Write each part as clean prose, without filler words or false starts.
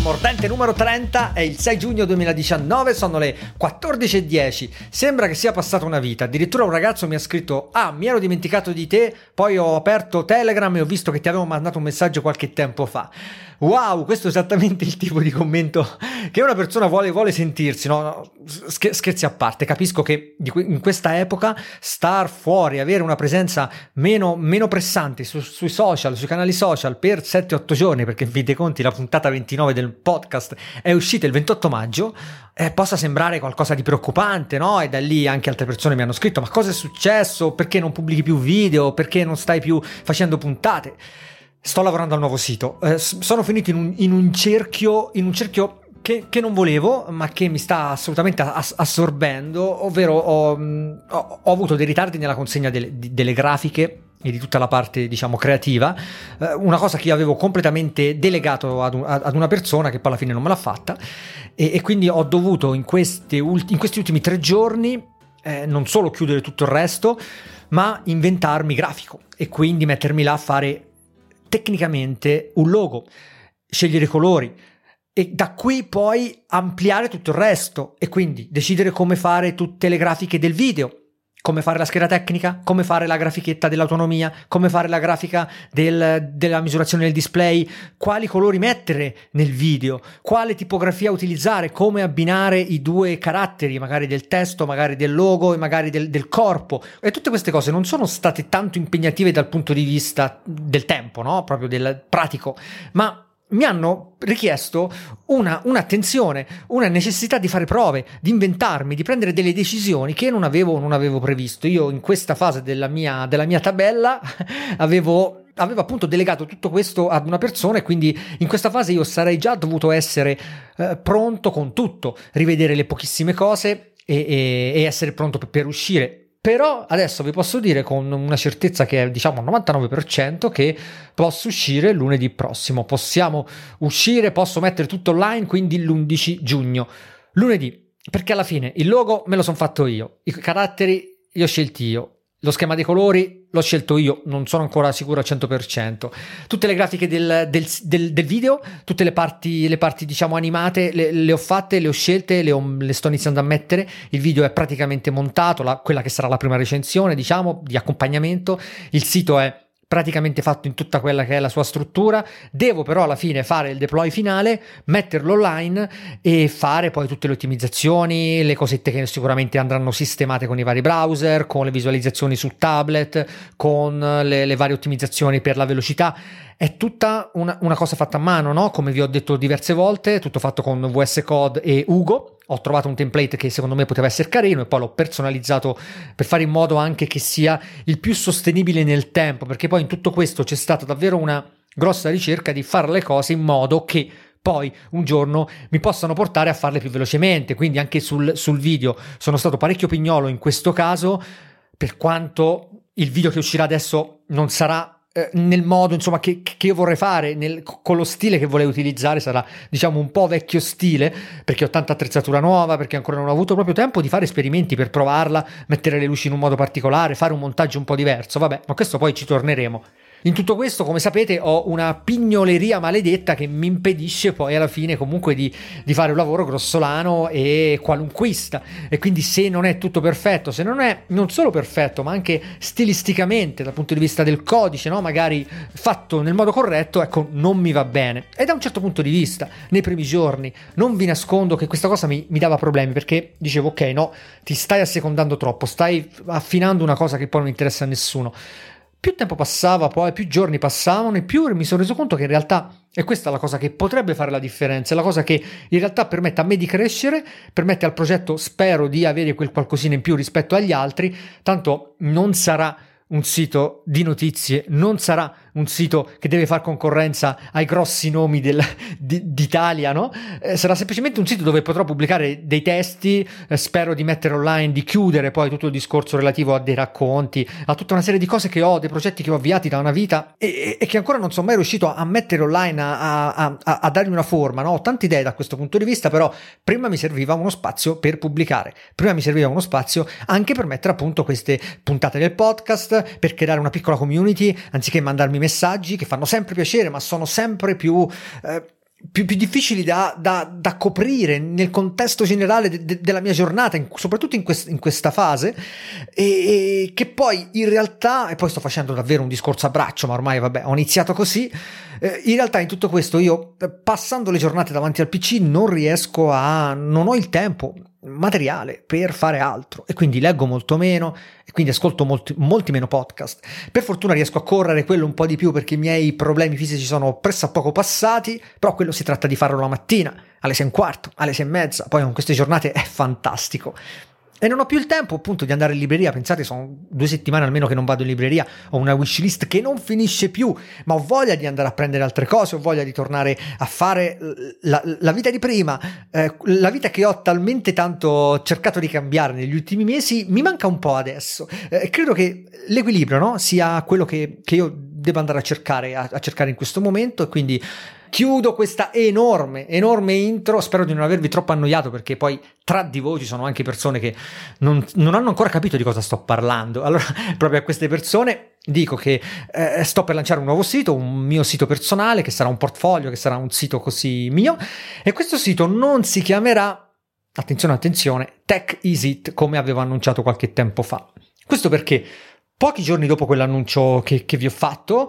mordente numero 30, è il 6 giugno 2019, sono le 14:10. Sembra che sia passata una vita. Addirittura un ragazzo mi ha scritto: mi ero dimenticato di te, poi ho aperto Telegram e ho visto che ti avevo mandato un messaggio qualche tempo fa. Wow, questo è esattamente il tipo di commento che una persona vuole sentirsi, no? Scherzi a parte, capisco che in questa epoca star fuori, avere una presenza meno pressante sui social, sui canali social per 7-8 giorni, perché in fin dei conti la puntata 29 del podcast è uscita il 28 maggio, possa sembrare qualcosa di preoccupante, no? E da lì anche altre persone mi hanno scritto: ma cosa è successo? Perché non pubblichi più video? Perché non stai più facendo puntate? Sto lavorando al nuovo sito, sono finito in un cerchio che non volevo, ma che mi sta assolutamente assorbendo, ovvero ho avuto dei ritardi nella consegna delle grafiche e di tutta la parte, diciamo, creativa, una cosa che io avevo completamente delegato ad una persona che poi alla fine non me l'ha fatta, e quindi ho dovuto in questi ultimi 3 giorni non solo chiudere tutto il resto, ma inventarmi grafico e quindi mettermi là a fare tecnicamente un logo, scegliere i colori e da qui poi ampliare tutto il resto, e quindi decidere come fare tutte le grafiche del video, come fare la scheda tecnica, come fare la grafichetta dell'autonomia, come fare la grafica della misurazione del display, quali colori mettere nel video, quale tipografia utilizzare, come abbinare i 2 caratteri, magari del testo, magari del logo e magari del corpo. E tutte queste cose non sono state tanto impegnative dal punto di vista del tempo, no? Proprio del pratico, ma mi hanno richiesto un'attenzione, una necessità di fare prove, di inventarmi, di prendere delle decisioni che non avevo previsto. Io in questa fase della mia tabella avevo appunto delegato tutto questo ad una persona, e quindi in questa fase io sarei già dovuto essere pronto con tutto, rivedere le pochissime cose e essere pronto per uscire. Però adesso vi posso dire con una certezza che è, diciamo, al 99% che posso uscire lunedì prossimo. Possiamo uscire, posso mettere tutto online, quindi l'11 giugno. Lunedì, perché alla fine il logo me lo sono fatto io, i caratteri li ho scelti io, lo schema dei colori l'ho scelto io, non sono ancora sicuro al 100%. Tutte le grafiche del video, tutte le parti diciamo animate, le ho fatte, le ho scelte, le sto iniziando a mettere. Il video è praticamente montato, quella che sarà la prima recensione, diciamo, di accompagnamento. Il sito è praticamente fatto in tutta quella che è la sua struttura. Devo però alla fine fare il deploy finale, metterlo online e fare poi tutte le ottimizzazioni, le cosette che sicuramente andranno sistemate con i vari browser, con le visualizzazioni sul tablet, con le varie ottimizzazioni per la velocità. È tutta una cosa fatta a mano, no? Come vi ho detto diverse volte, tutto fatto con VS Code e Ugo. Ho trovato un template che secondo me poteva essere carino e poi l'ho personalizzato per fare in modo anche che sia il più sostenibile nel tempo, perché poi in tutto questo c'è stata davvero una grossa ricerca di fare le cose in modo che poi un giorno mi possano portare a farle più velocemente. Quindi anche sul video sono stato parecchio pignolo in questo caso, per quanto il video che uscirà adesso non sarà nel modo, insomma, che io vorrei fare, con lo stile che volevo utilizzare. Sarà, diciamo, un po' vecchio stile, perché ho tanta attrezzatura nuova, perché ancora non ho avuto proprio tempo di fare esperimenti per provarla, mettere le luci in un modo particolare, fare un montaggio un po' diverso. Vabbè, ma questo poi ci torneremo. In tutto questo, come sapete, ho una pignoleria maledetta che mi impedisce poi alla fine comunque di fare un lavoro grossolano e qualunquista, e quindi se non è tutto perfetto, se non è non solo perfetto ma anche stilisticamente dal punto di vista del codice, no? Magari fatto nel modo corretto, ecco, non mi va bene. E da un certo punto di vista, nei primi giorni, non vi nascondo che questa cosa mi dava problemi, perché dicevo: ok, no, ti stai assecondando troppo, stai affinando una cosa che poi non interessa a nessuno. Più tempo passava, poi più giorni passavano, e più mi sono reso conto che in realtà, e questa è la cosa che potrebbe fare la differenza, è la cosa che in realtà permette a me di crescere, permette al progetto, spero, di avere quel qualcosina in più rispetto agli altri. Tanto non sarà un sito di notizie, non sarà un sito che deve far concorrenza ai grossi nomi d'Italia, no? Sarà semplicemente un sito dove potrò pubblicare dei testi, spero di mettere online, di chiudere poi tutto il discorso relativo a dei racconti, a tutta una serie di cose che ho, dei progetti che ho avviati da una vita e che ancora non sono mai riuscito a mettere online, a dargli una forma, no? Ho tante idee da questo punto di vista, però prima mi serviva uno spazio per pubblicare, prima mi serviva uno spazio anche per mettere a punto queste puntate del podcast, per creare una piccola community, anziché mandarmi messaggi che fanno sempre piacere ma sono sempre più più difficili da coprire nel contesto generale della mia giornata, soprattutto in questa fase, e che poi in realtà, e poi sto facendo davvero un discorso a braccio, ma ormai vabbè, ho iniziato così, in realtà in tutto questo io, passando le giornate davanti al PC, non ho il tempo materiale per fare altro, e quindi leggo molto meno, e quindi ascolto molti meno podcast. Per fortuna riesco a correre quello un po' di più, perché i miei problemi fisici sono pressappoco passati, però quello si tratta di farlo la mattina alle 6:15, alle 6:30, poi con queste giornate è fantastico. E non ho più il tempo appunto di andare in libreria. Pensate, sono 2 settimane almeno che non vado in libreria, ho una wishlist che non finisce più, ma ho voglia di andare a prendere altre cose, ho voglia di tornare a fare la vita di prima, la vita che ho talmente tanto cercato di cambiare negli ultimi mesi. Mi manca un po' adesso, credo che l'equilibrio, no, sia quello che io devo andare a cercare in questo momento, e quindi chiudo questa enorme intro. Spero di non avervi troppo annoiato, perché poi tra di voi ci sono anche persone che non hanno ancora capito di cosa sto parlando. Allora, proprio a queste persone dico che sto per lanciare un nuovo sito, un mio sito personale, che sarà un portfolio, che sarà un sito così mio, e questo sito non si chiamerà, attenzione, Tech Is It, come avevo annunciato qualche tempo fa. Questo perché pochi giorni dopo quell'annuncio che vi ho fatto,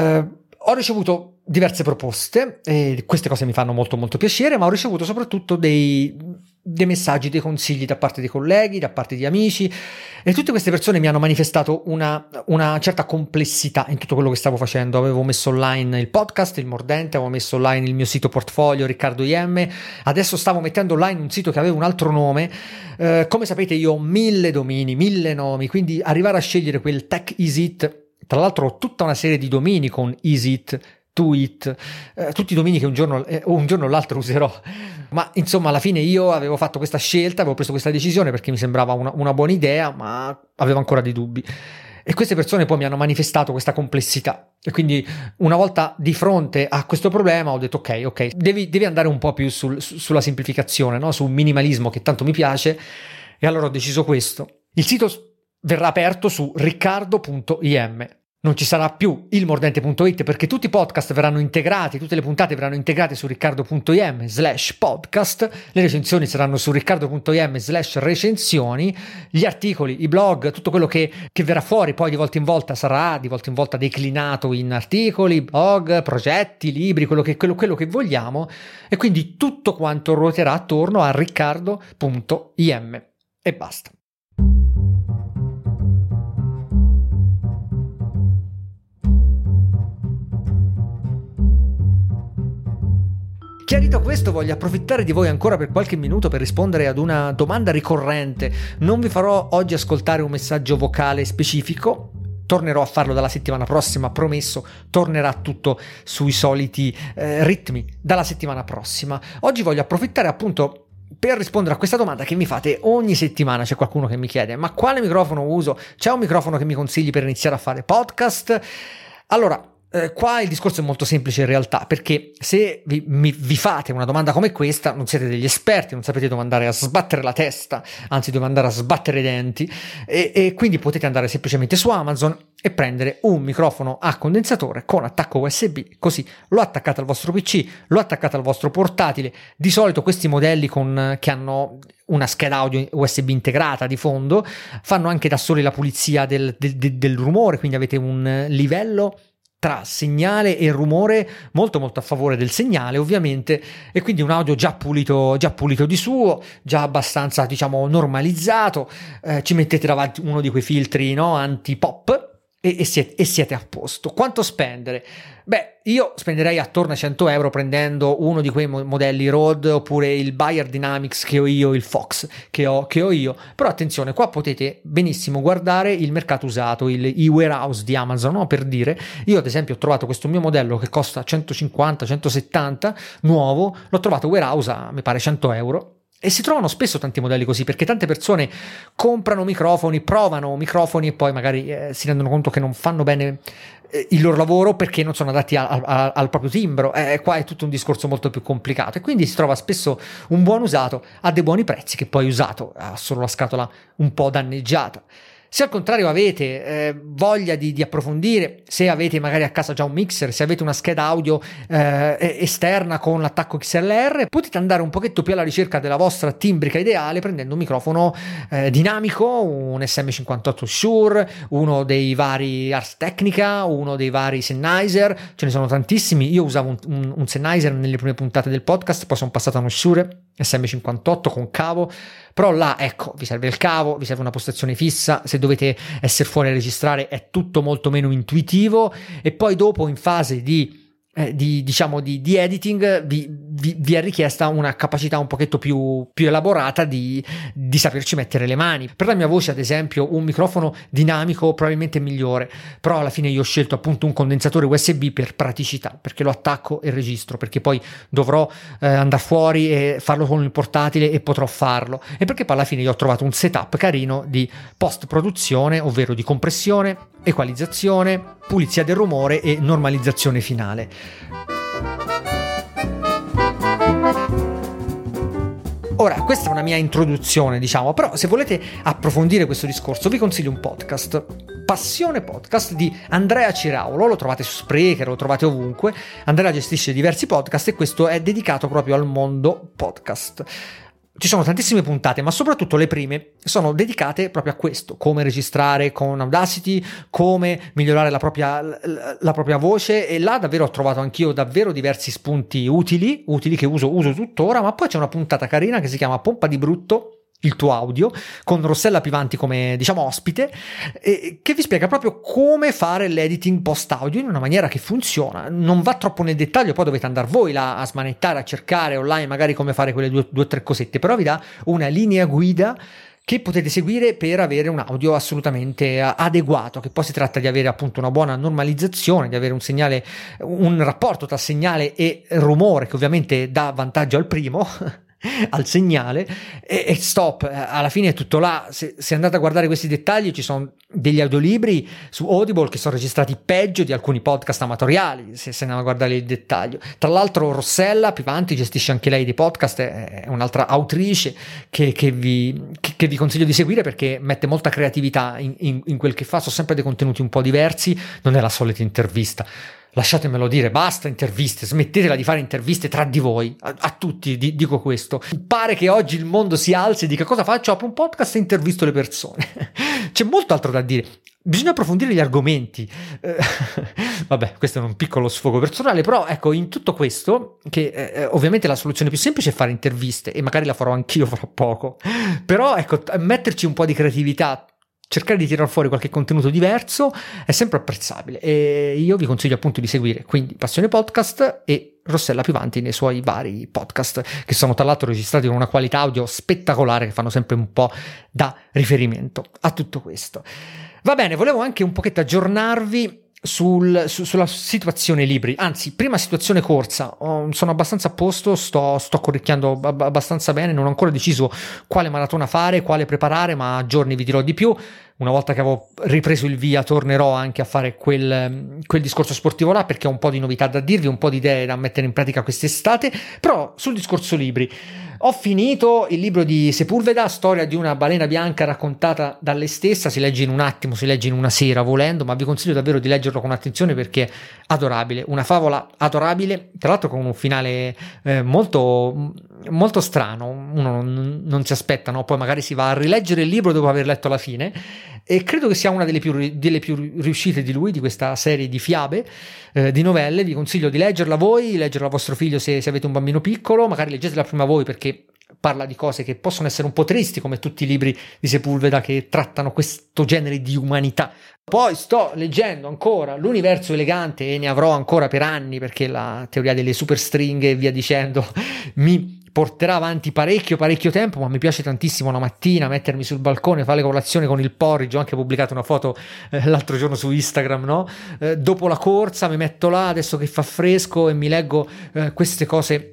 ho ricevuto diverse proposte, e queste cose mi fanno molto molto piacere, ma ho ricevuto soprattutto dei messaggi, dei consigli da parte dei colleghi, da parte di amici, e tutte queste persone mi hanno manifestato una certa complessità in tutto quello che stavo facendo. Avevo messo online il podcast, il Mordente, avevo messo online il mio sito portfolio Riccardo IM, adesso stavo mettendo online un sito che aveva un altro nome. Come sapete io ho 1000 domini, 1000 nomi, quindi arrivare a scegliere quel Tech Is It, tra l'altro ho tutta una serie di domini con Is It, To It, tutti i domini che un giorno o l'altro userò, ma insomma alla fine io avevo fatto questa scelta, avevo preso questa decisione perché mi sembrava una buona idea, ma avevo ancora dei dubbi, e queste persone poi mi hanno manifestato questa complessità, e quindi una volta di fronte a questo problema ho detto ok, devi andare un po' più sulla semplificazione, no? Sul minimalismo, che tanto mi piace, e allora ho deciso questo. Il sito verrà aperto su riccardo.im. Non ci sarà più il mordente.it, perché tutti i podcast verranno integrati, tutte le puntate verranno integrate su riccardo.im/podcast, le recensioni saranno su riccardo.im/recensioni, gli articoli, i blog, tutto quello che verrà fuori poi di volta in volta sarà di volta in volta declinato in articoli, blog, progetti, libri, quello che vogliamo, e quindi tutto quanto ruoterà attorno a riccardo.im e basta. Chiarito questo, voglio approfittare di voi ancora per qualche minuto per rispondere ad una domanda ricorrente. Non vi farò oggi ascoltare un messaggio vocale specifico, tornerò a farlo dalla settimana prossima, promesso, tornerà tutto sui soliti ritmi dalla settimana prossima. Oggi voglio approfittare appunto per rispondere a questa domanda che mi fate ogni settimana. C'è qualcuno che mi chiede: ma quale microfono uso? C'è un microfono che mi consigli per iniziare a fare podcast? Allora, qua il discorso è molto semplice in realtà, perché se vi fate una domanda come questa, non siete degli esperti, non sapete dove andare a sbattere la testa, anzi dove andare a sbattere i denti, e quindi potete andare semplicemente su Amazon e prendere un microfono a condensatore con attacco USB, così lo attaccate al vostro PC, lo attaccate al vostro portatile. Di solito questi modelli che hanno una scheda audio USB integrata di fondo fanno anche da soli la pulizia del rumore, quindi avete un livello tra segnale e rumore molto molto a favore del segnale, ovviamente, e quindi un audio già pulito di suo, già abbastanza, diciamo, normalizzato. Ci mettete davanti uno di quei filtri, no, anti-pop, e siete a posto. Quanto spendere? Beh, io spenderei attorno a 100 euro prendendo uno di quei modelli Rode, oppure il Bayer Dynamics che ho io, il Fox che ho io. Però attenzione, qua potete benissimo guardare il mercato usato, i warehouse di Amazon, no? Per dire, io ad esempio ho trovato questo mio modello che costa 150-170 nuovo, l'ho trovato warehouse a mi pare 100 euro. E si trovano spesso tanti modelli così, perché tante persone comprano microfoni, provano microfoni e poi magari si rendono conto che non fanno bene il loro lavoro perché non sono adatti al proprio timbro. Qua è tutto un discorso molto più complicato, e quindi si trova spesso un buon usato a dei buoni prezzi, che poi usato ha solo la scatola un po' danneggiata. Se al contrario avete voglia di approfondire, se avete magari a casa già un mixer, se avete una scheda audio esterna con l'attacco XLR, potete andare un pochetto più alla ricerca della vostra timbrica ideale prendendo un microfono dinamico, un SM58 Shure, uno dei vari Ars Technica, uno dei vari Sennheiser, ce ne sono tantissimi. Io usavo un Sennheiser nelle prime puntate del podcast, poi sono passato a uno Shure SM58 con cavo, però là ecco, vi serve il cavo, vi serve una postazione fissa, se dovete essere fuori a registrare è tutto molto meno intuitivo, e poi dopo in fase di editing vi è richiesta una capacità un pochetto più elaborata di saperci mettere le mani. Per la mia voce ad esempio un microfono dinamico probabilmente è migliore, però alla fine io ho scelto appunto un condensatore USB per praticità, perché lo attacco e registro, perché poi dovrò andare fuori e farlo con il portatile e potrò farlo, e perché poi alla fine io ho trovato un setup carino di post produzione, ovvero di compressione, equalizzazione, pulizia del rumore e normalizzazione finale. Ora, questa è una mia introduzione, diciamo, però se volete approfondire questo discorso vi consiglio un podcast, Passione Podcast di Andrea Ciraulo, lo trovate su Spreaker, lo trovate ovunque. Andrea gestisce diversi podcast e questo è dedicato proprio al mondo podcast. Ci sono tantissime puntate, ma soprattutto le prime sono dedicate proprio a questo: come registrare con Audacity, come migliorare la propria voce, e là davvero ho trovato anch'io davvero diversi spunti utili che uso tuttora. Ma poi c'è una puntata carina che si chiama Pompa di brutto il tuo audio, con Rossella Pivanti come diciamo ospite, che vi spiega proprio come fare l'editing post audio in una maniera che funziona. Non va troppo nel dettaglio, poi dovete andare voi là a smanettare, a cercare online magari come fare quelle due o tre cosette, però vi dà una linea guida che potete seguire per avere un audio assolutamente adeguato, che poi si tratta di avere appunto una buona normalizzazione, di avere un segnale, un rapporto tra segnale e rumore che ovviamente dà vantaggio al primo al segnale, e stop, alla fine è tutto là. Se andate a guardare questi dettagli, ci sono degli audiolibri su Audible che sono registrati peggio di alcuni podcast amatoriali, se andiamo a guardare il dettaglio. Tra l'altro Rossella Pivanti gestisce anche lei dei podcast, è un'altra autrice che vi consiglio di seguire, perché mette molta creatività in quel che fa. Sono sempre dei contenuti un po' diversi, non è la solita intervista. Lasciatemelo dire, basta interviste, smettetela di fare interviste tra di voi, a tutti dico questo. Pare che oggi il mondo si alzi e dica: cosa faccio? Apro un podcast e intervisto le persone. C'è molto altro da dire, bisogna approfondire gli argomenti. Vabbè, questo è un piccolo sfogo personale, però ecco, in tutto questo, che ovviamente la soluzione più semplice è fare interviste, e magari la farò anch'io fra poco, però ecco, metterci un po' di creatività, cercare di tirar fuori qualche contenuto diverso è sempre apprezzabile, e io vi consiglio appunto di seguire quindi Passione Podcast e Rossella Pivanti nei suoi vari podcast, che sono tra l'altro registrati con una qualità audio spettacolare, che fanno sempre un po' da riferimento a tutto questo. Va bene, volevo anche un pochetto aggiornarvi sulla situazione libri, anzi prima situazione corsa. Sono abbastanza a posto, sto corricchiando abbastanza bene, non ho ancora deciso quale maratona fare, quale preparare, ma a giorni vi dirò di più. Una volta che avevo ripreso il via tornerò anche a fare quel discorso sportivo là, perché ho un po' di novità da dirvi, un po' di idee da mettere in pratica quest'estate. Però sul discorso libri, ho finito il libro di Sepulveda, Storia di una balena bianca raccontata da lei stessa. Si legge in un attimo, si legge in una sera volendo, ma vi consiglio davvero di leggerlo con attenzione, perché è adorabile, una favola adorabile, tra l'altro con un finale molto, molto strano. Uno non si aspetta, no? Poi magari si va a rileggere il libro dopo aver letto la fine, e credo che sia una delle più riuscite di lui, di questa serie di fiabe, di novelle. Vi consiglio di leggerla voi, leggerla a vostro figlio se avete un bambino piccolo, magari leggetela prima voi, perché parla di cose che possono essere un po' tristi, come tutti i libri di Sepulveda che trattano questo genere di umanità. Poi sto leggendo ancora L'universo elegante, e ne avrò ancora per anni, perché la teoria delle superstringhe e via dicendo mi porterà avanti parecchio tempo, ma mi piace tantissimo la mattina mettermi sul balcone, fare colazione con il porridge. Ho anche pubblicato una foto l'altro giorno su Instagram, no? Dopo la corsa mi metto là, adesso che fa fresco, e mi leggo queste cose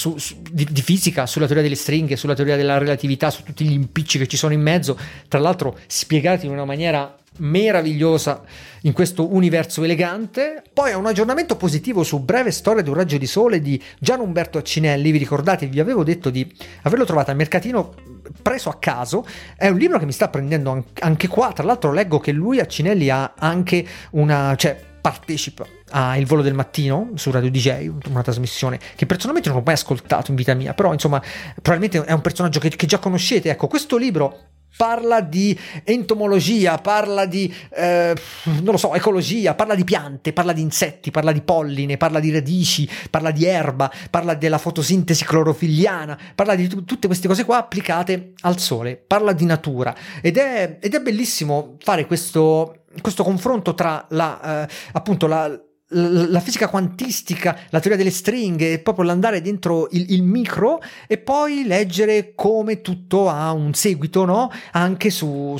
di fisica, sulla teoria delle stringhe, sulla teoria della relatività, su tutti gli impicci che ci sono in mezzo, tra l'altro spiegati in una maniera meravigliosa in questo universo elegante. Poi un aggiornamento positivo su Breve storia di un raggio di sole di Gian Umberto Accinelli. Vi ricordate, vi avevo detto di averlo trovato al mercatino preso a caso, è un libro che mi sta prendendo anche qua. Tra l'altro leggo che lui a Cinelli ha anche partecipa a Il Volo del Mattino su Radio DJ, una trasmissione che personalmente non ho mai ascoltato in vita mia, però insomma probabilmente è un personaggio che già conoscete. Ecco, questo libro parla di entomologia, parla di ecologia, parla di piante, parla di insetti, parla di polline, parla di radici, parla di erba, parla della fotosintesi clorofilliana, parla di tutte queste cose qua applicate al sole, parla di natura ed è bellissimo fare questo confronto tra la fisica quantistica, la teoria delle stringhe, proprio l'andare dentro il micro e poi leggere come tutto ha un seguito, no? Anche sulle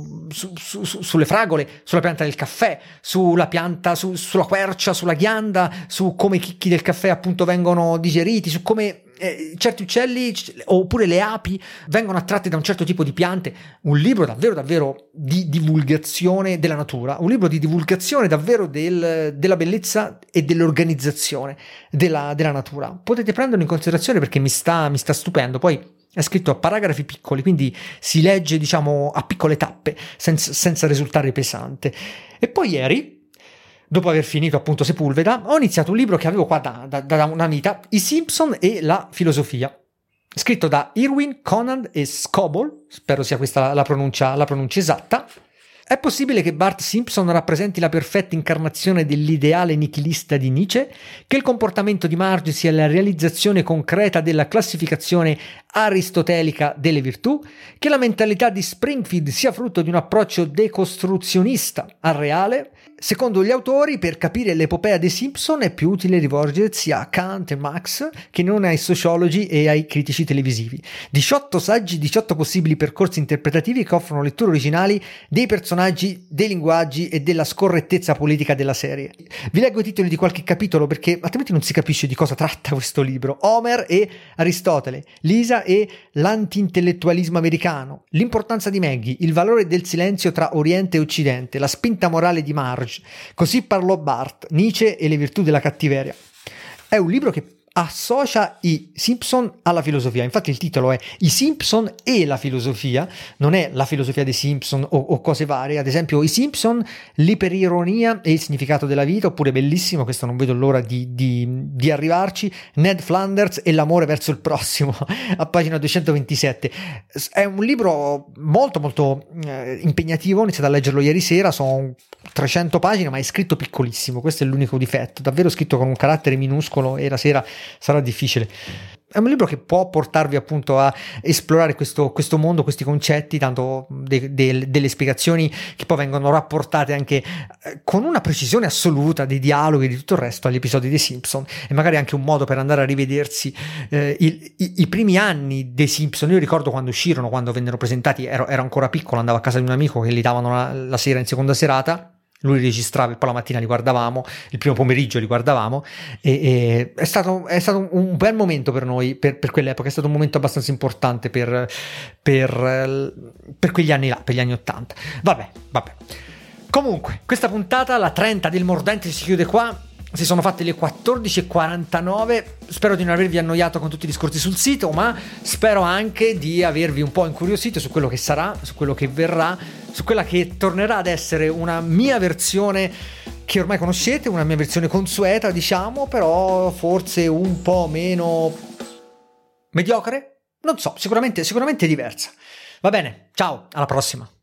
fragole, sulla pianta del caffè, sulla pianta, sulla quercia, sulla ghianda, su come i chicchi del caffè appunto vengono digeriti, su come certi uccelli oppure le api vengono attratte da un certo tipo di piante. Un libro davvero davvero di divulgazione della natura, un libro di divulgazione davvero della bellezza e dell'organizzazione della natura. Potete prenderlo in considerazione perché mi sta stupendo. Poi è scritto a paragrafi piccoli, quindi si legge diciamo a piccole tappe senza risultare pesante. E poi ieri, dopo aver finito appunto Sepulveda, ho iniziato un libro che avevo qua da una vita, I Simpson e la filosofia, scritto da Irwin, Conant e Scoble, spero sia questa la pronuncia esatta. È possibile che Bart Simpson rappresenti la perfetta incarnazione dell'ideale nichilista di Nietzsche? Che il comportamento di Marge sia la realizzazione concreta della classificazione aristotelica delle virtù? Che la mentalità di Springfield sia frutto di un approccio decostruzionista al reale? Secondo gli autori, per capire l'epopea dei Simpson è più utile rivolgersi a Kant e Marx che non ai sociologi e ai critici televisivi. 18 saggi, 18 possibili percorsi interpretativi che offrono letture originali dei personaggi, dei linguaggi e della scorrettezza politica della serie. Vi leggo i titoli di qualche capitolo perché altrimenti non si capisce di cosa tratta questo libro. Homer e Aristotele, Lisa e l'anti-intellettualismo americano, l'importanza di Maggie, il valore del silenzio tra Oriente e Occidente, la spinta morale di Marge. Così parlò Bart, Nietzsche e le virtù della cattiveria. È un libro che associa i Simpson alla filosofia. Infatti il titolo è I Simpson e la filosofia, non è la filosofia dei Simpson o cose varie. Ad esempio I Simpson, l'iperironia e il significato della vita, oppure bellissimo, questo non vedo l'ora di arrivarci, Ned Flanders e l'amore verso il prossimo, a pagina 227. È un libro molto molto impegnativo, ho iniziato a leggerlo ieri sera, sono 300 pagine ma è scritto piccolissimo, questo è l'unico difetto, davvero scritto con un carattere minuscolo e la sera sarà difficile. È un libro che può portarvi appunto a esplorare questo mondo, questi concetti, tanto delle spiegazioni che poi vengono rapportate anche con una precisione assoluta dei dialoghi e di tutto il resto agli episodi dei Simpson, e magari anche un modo per andare a rivedersi i primi anni dei Simpson. Io ricordo quando uscirono, quando vennero presentati, ero ancora piccolo, andavo a casa di un amico che li davano la sera in seconda serata. Lui li registrava e poi la mattina li guardavamo, il primo pomeriggio li guardavamo e è stato un bel momento per noi, per quell'epoca, è stato un momento abbastanza importante per quegli anni là, per gli anni 80. Vabbè. Comunque, questa puntata, la 30 del Mordente, si chiude qua. Si sono fatte le 14:49, spero di non avervi annoiato con tutti i discorsi sul sito, ma spero anche di avervi un po' incuriosito su quello che sarà, su quello che verrà, su quella che tornerà ad essere una mia versione che ormai conoscete, una mia versione consueta, diciamo, però forse un po' meno mediocre, non so, sicuramente diversa. Va bene, ciao, alla prossima.